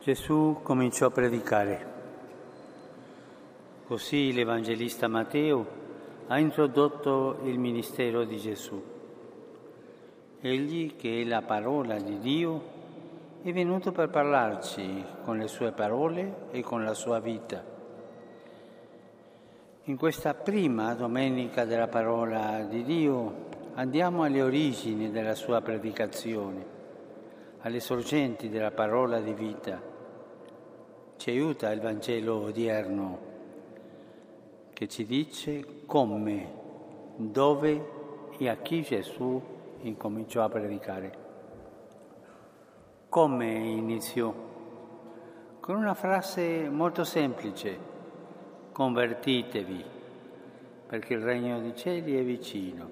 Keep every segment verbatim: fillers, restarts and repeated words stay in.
Gesù cominciò a predicare. Così l'Evangelista Matteo ha introdotto il ministero di Gesù. Egli, che è la parola di Dio, è venuto per parlarci con le sue parole e con la sua vita. In questa prima domenica della parola di Dio andiamo alle origini della sua predicazione, alle sorgenti della parola di vita. Ci aiuta il Vangelo odierno, che ci dice come, dove e a chi Gesù incominciò a predicare. Come iniziò? Con una frase molto semplice: convertitevi, perché il regno dei cieli è vicino.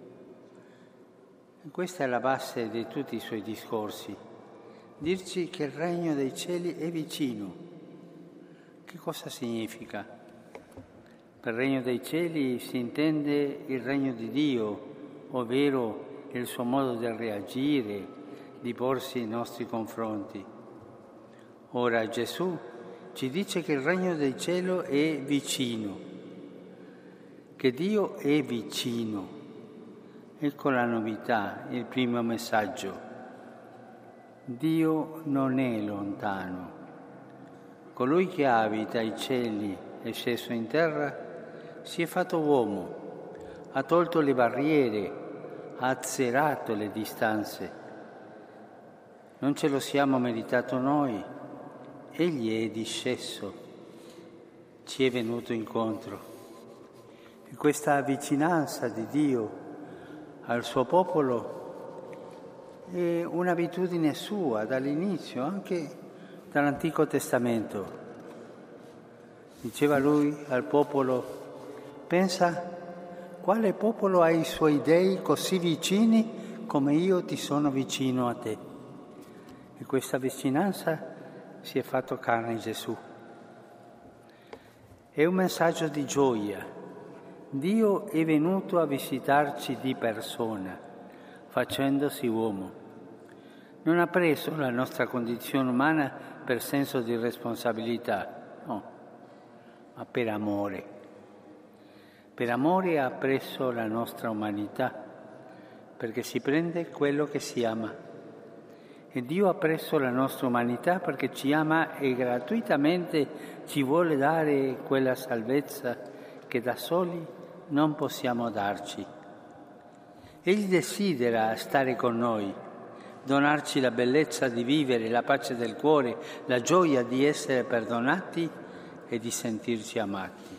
E questa è la base di tutti i suoi discorsi, dirci che il regno dei cieli è vicino. Che cosa significa? Per regno dei cieli si intende il regno di Dio, ovvero il suo modo di reagire, di porsi nei nostri confronti. Ora Gesù ci dice che il regno del cielo è vicino, che Dio è vicino. Ecco la novità, il primo messaggio. Dio non è lontano. Colui che abita i cieli è sceso in terra, si è fatto uomo, ha tolto le barriere, ha azzerato le distanze. Non ce lo siamo meritato noi, egli è disceso, ci è venuto incontro. E questa vicinanza di Dio al suo popolo è un'abitudine sua dall'inizio, anche dall'Antico Testamento. Diceva lui al popolo: pensa quale popolo ha i suoi dei così vicini come io ti sono vicino a te. E questa vicinanza si è fatto carne in Gesù. È un messaggio di gioia. Dio è venuto a visitarci di persona, facendosi uomo. Non ha preso la nostra condizione umana per senso di responsabilità, no, ma per amore. Per amore ha preso la nostra umanità, perché si prende quello che si ama. E Dio ha preso la nostra umanità perché ci ama e gratuitamente ci vuole dare quella salvezza che da soli non possiamo darci. Egli desidera stare con noi, donarci la bellezza di vivere, la pace del cuore, la gioia di essere perdonati e di sentirci amati.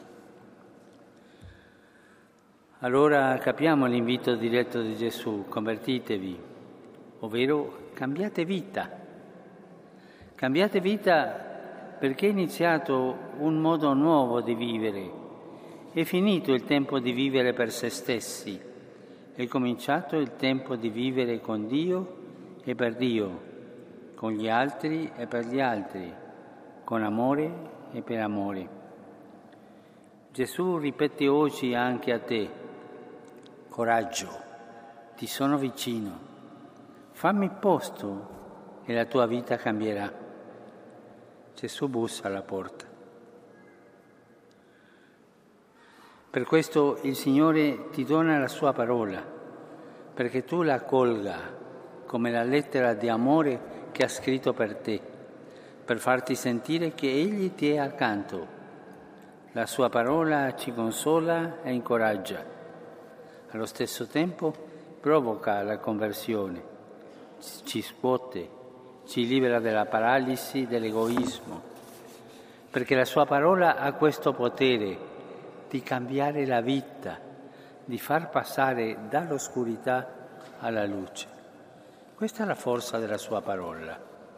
Allora capiamo l'invito diretto di Gesù: convertitevi, ovvero cambiate vita. Cambiate vita perché è iniziato un modo nuovo di vivere. È finito il tempo di vivere per se stessi, è cominciato il tempo di vivere con Dio e per Dio, con gli altri e per gli altri, con amore e per amore. Gesù ripete oggi anche a te: coraggio, ti sono vicino, fammi posto e la tua vita cambierà. Gesù bussa alla porta. Per questo il Signore ti dona la sua parola, perché tu la accolga come la lettera di amore che ha scritto per te, per farti sentire che Egli ti è accanto. La sua parola ci consola e incoraggia. Allo stesso tempo provoca la conversione, ci scuote, ci libera dalla paralisi dell'egoismo, perché la sua parola ha questo potere di cambiare la vita, di far passare dall'oscurità alla luce. Questa è la forza della sua parola.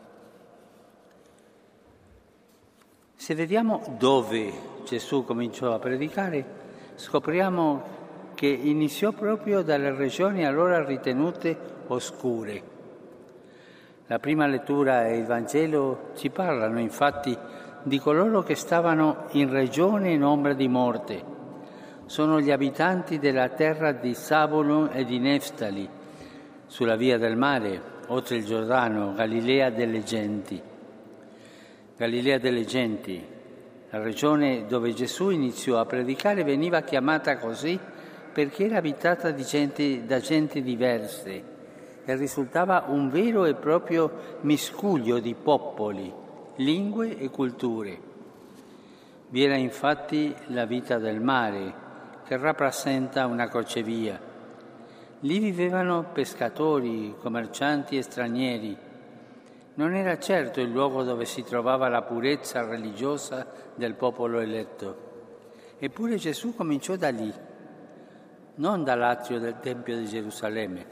Se vediamo dove Gesù cominciò a predicare, scopriamo che iniziò proprio dalle regioni allora ritenute oscure. La prima lettura e il Vangelo ci parlano infatti di coloro che stavano in regione in ombra di morte. Sono gli abitanti della terra di Zabulon e di Neftali, sulla via del mare, oltre il Giordano, Galilea delle genti. Galilea delle Genti, la regione dove Gesù iniziò a predicare, veniva chiamata così perché era abitata di gente, da genti diverse e risultava un vero e proprio miscuglio di popoli, lingue e culture. Vi era infatti la vita del mare, che rappresenta una crocevia. Lì vivevano pescatori, commercianti e stranieri. Non era certo il luogo dove si trovava la purezza religiosa del popolo eletto. Eppure Gesù cominciò da lì, non dall'atrio del Tempio di Gerusalemme,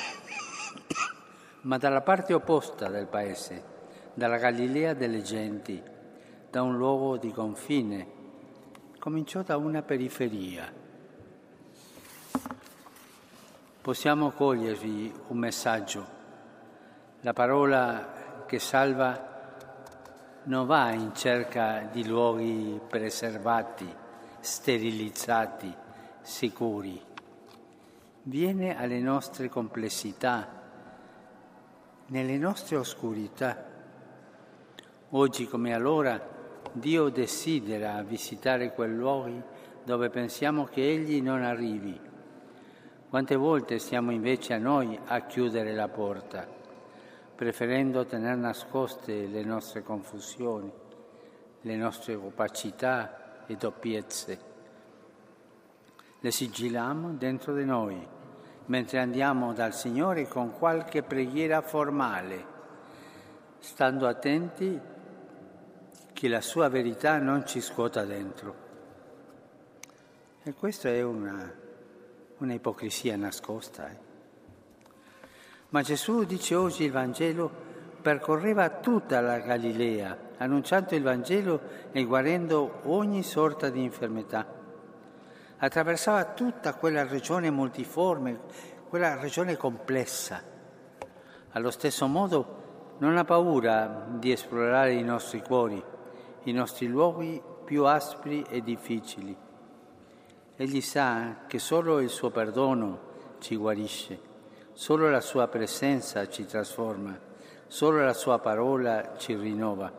ma dalla parte opposta del paese, dalla Galilea delle Genti, da un luogo di confine. Cominciò da una periferia. Possiamo cogliervi un messaggio. La parola che salva non va in cerca di luoghi preservati, sterilizzati, sicuri. Viene alle nostre complessità, nelle nostre oscurità. Oggi come allora Dio desidera visitare quei luoghi dove pensiamo che Egli non arrivi. Quante volte siamo invece a noi a chiudere la porta, preferendo tenere nascoste le nostre confusioni, le nostre opacità e doppiezze. Le sigilliamo dentro di noi, mentre andiamo dal Signore con qualche preghiera formale, stando attenti che la sua verità non ci scuota dentro. E questa è una, una ipocrisia nascosta. Eh? Ma Gesù, dice oggi il Vangelo, percorreva tutta la Galilea, annunciando il Vangelo e guarendo ogni sorta di infermità. Attraversava tutta quella regione multiforme, quella regione complessa. Allo stesso modo non ha paura di esplorare i nostri cuori, i nostri luoghi più aspri e difficili. Egli sa che solo il suo perdono ci guarisce, solo la sua presenza ci trasforma, solo la sua parola ci rinnova.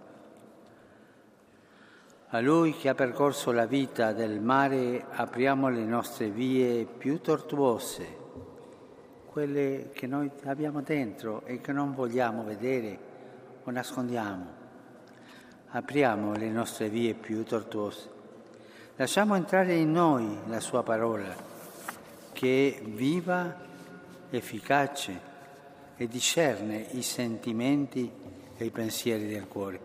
A Lui che ha percorso la vita del mare apriamo le nostre vie più tortuose, quelle che noi abbiamo dentro e che non vogliamo vedere o nascondiamo. Apriamo le nostre vie più tortuose. Lasciamo entrare in noi la Sua parola, che è viva, efficace e discerne i sentimenti e i pensieri del cuore.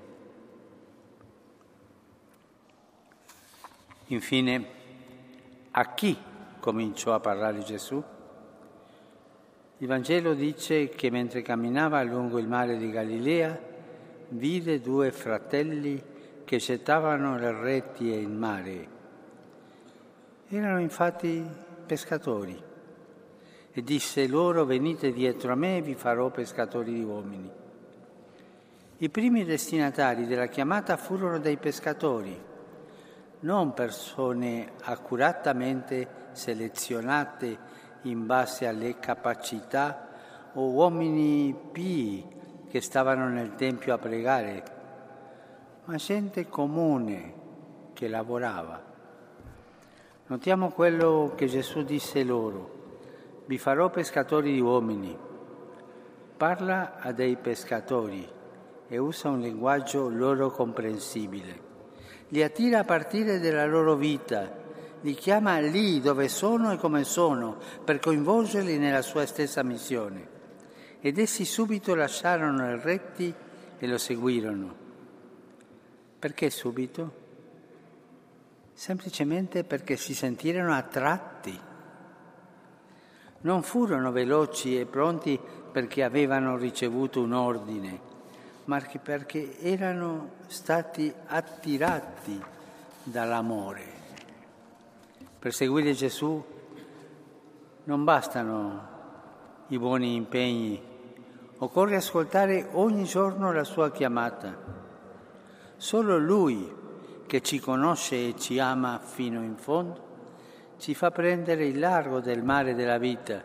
Infine, a chi cominciò a parlare Gesù? Il Vangelo dice che mentre camminava lungo il mare di Galilea, vide due fratelli che gettavano le reti in mare. Erano infatti pescatori e disse loro: venite dietro a me e vi farò pescatori di uomini. I primi destinatari della chiamata furono dei pescatori, non persone accuratamente selezionate in base alle capacità o uomini pii che stavano nel tempio a pregare, ma gente comune che lavorava. Notiamo quello che Gesù disse loro: vi farò pescatori di uomini. Parla a dei pescatori e usa un linguaggio loro comprensibile. Li attira a partire dalla loro vita, li chiama lì dove sono e come sono, per coinvolgerli nella sua stessa missione. Ed essi subito lasciarono le reti e lo seguirono. Perché subito? Semplicemente perché si sentirono attratti. Non furono veloci e pronti perché avevano ricevuto un ordine, ma perché erano stati attirati dall'amore. Per seguire Gesù non bastano i buoni impegni, occorre ascoltare ogni giorno la sua chiamata. Solo Lui, che ci conosce e ci ama fino in fondo, ci fa prendere il largo del mare della vita,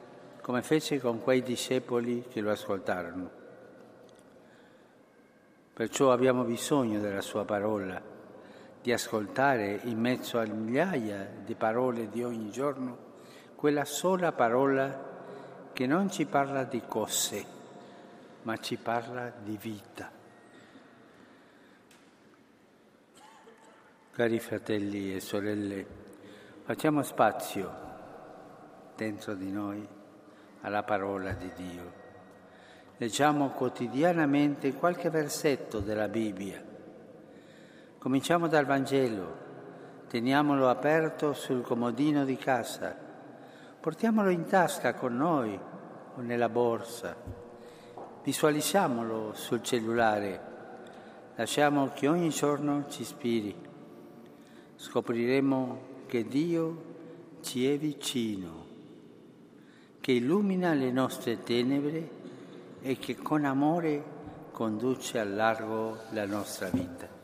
come fece con quei discepoli che lo ascoltarono. Perciò abbiamo bisogno della sua parola, di ascoltare in mezzo a migliaia di parole di ogni giorno quella sola parola che non ci parla di cose, ma ci parla di vita. Cari fratelli e sorelle, facciamo spazio dentro di noi alla parola di Dio. Leggiamo quotidianamente qualche versetto della Bibbia. Cominciamo dal Vangelo, teniamolo aperto sul comodino di casa, portiamolo in tasca con noi o nella borsa, visualizziamolo sul cellulare, lasciamo che ogni giorno ci ispiri. Scopriremo che Dio ci è vicino, che illumina le nostre tenebre e che con amore conduce al largo la nostra vita.